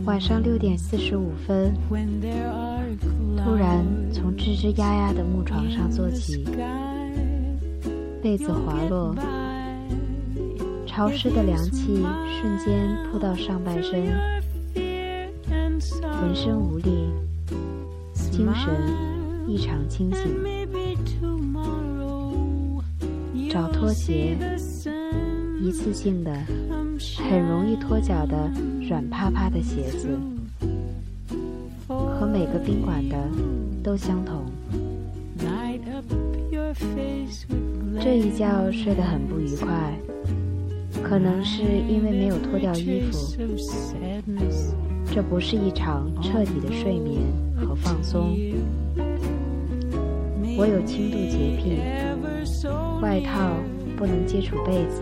晚上6点45分，突然从吱吱呀呀的木床上坐起，被子滑落，潮湿的凉气瞬间扑到上半身，浑身无力，精神异常清醒。找拖鞋，一次性的很容易脱脚的软趴趴的鞋子，和每个宾馆的都相同。这一觉睡得很不愉快，可能是因为没有脱掉衣服。这不是一场彻底的睡眠和放松。我有轻度洁癖，外套不能接触被子，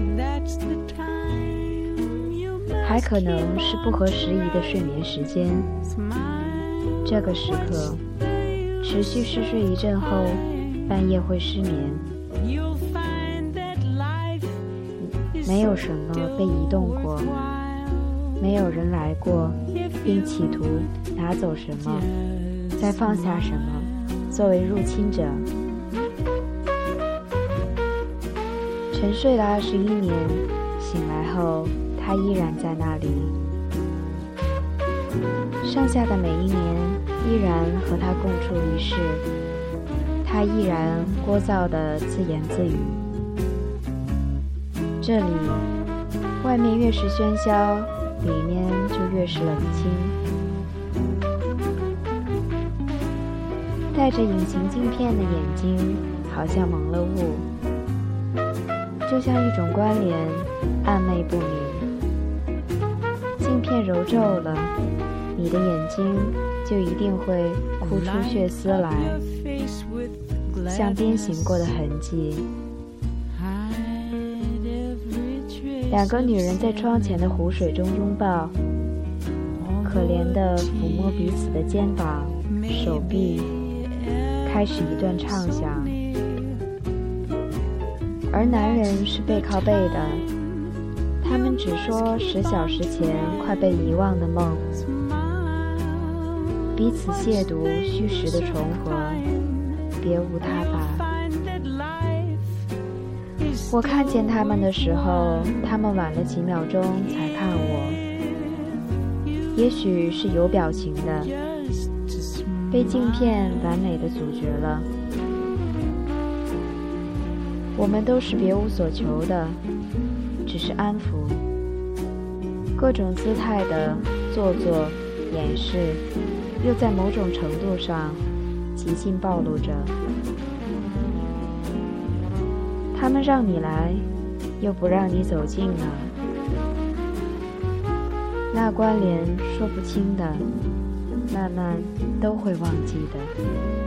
还可能是不合时宜的睡眠时间。这个时刻持续嗜睡一阵后，半夜会失眠。没有什么被移动过，没有人来过并企图拿走什么，再放下什么作为入侵者。沉睡了21年，醒来后他依然在那里。剩下的每一年依然和他共处一室，他依然聒噪地自言自语。这里外面越是喧嚣，里面就越是冷清。戴着隐形镜片的眼睛好像蒙了雾，就像一种关联，暧昧不明。镜片揉皱了，你的眼睛就一定会哭出血丝来，像鞭刑过的痕迹。两个女人在窗前的湖水中拥抱，可怜地抚摸彼此的肩膀、手臂，开始一段畅想。而男人是背靠背的，他们只说10小时前快被遗忘的梦，彼此亵渎虚实的重合，别无他法。我看见他们的时候，他们晚了几秒钟才看我，也许是有表情的，被镜片完美的阻绝了。我们都是别无所求的，只是安抚，各种姿态的做作掩饰，又在某种程度上极尽暴露着。他们让你来，又不让你走近了，那关联说不清的，慢慢都会忘记的。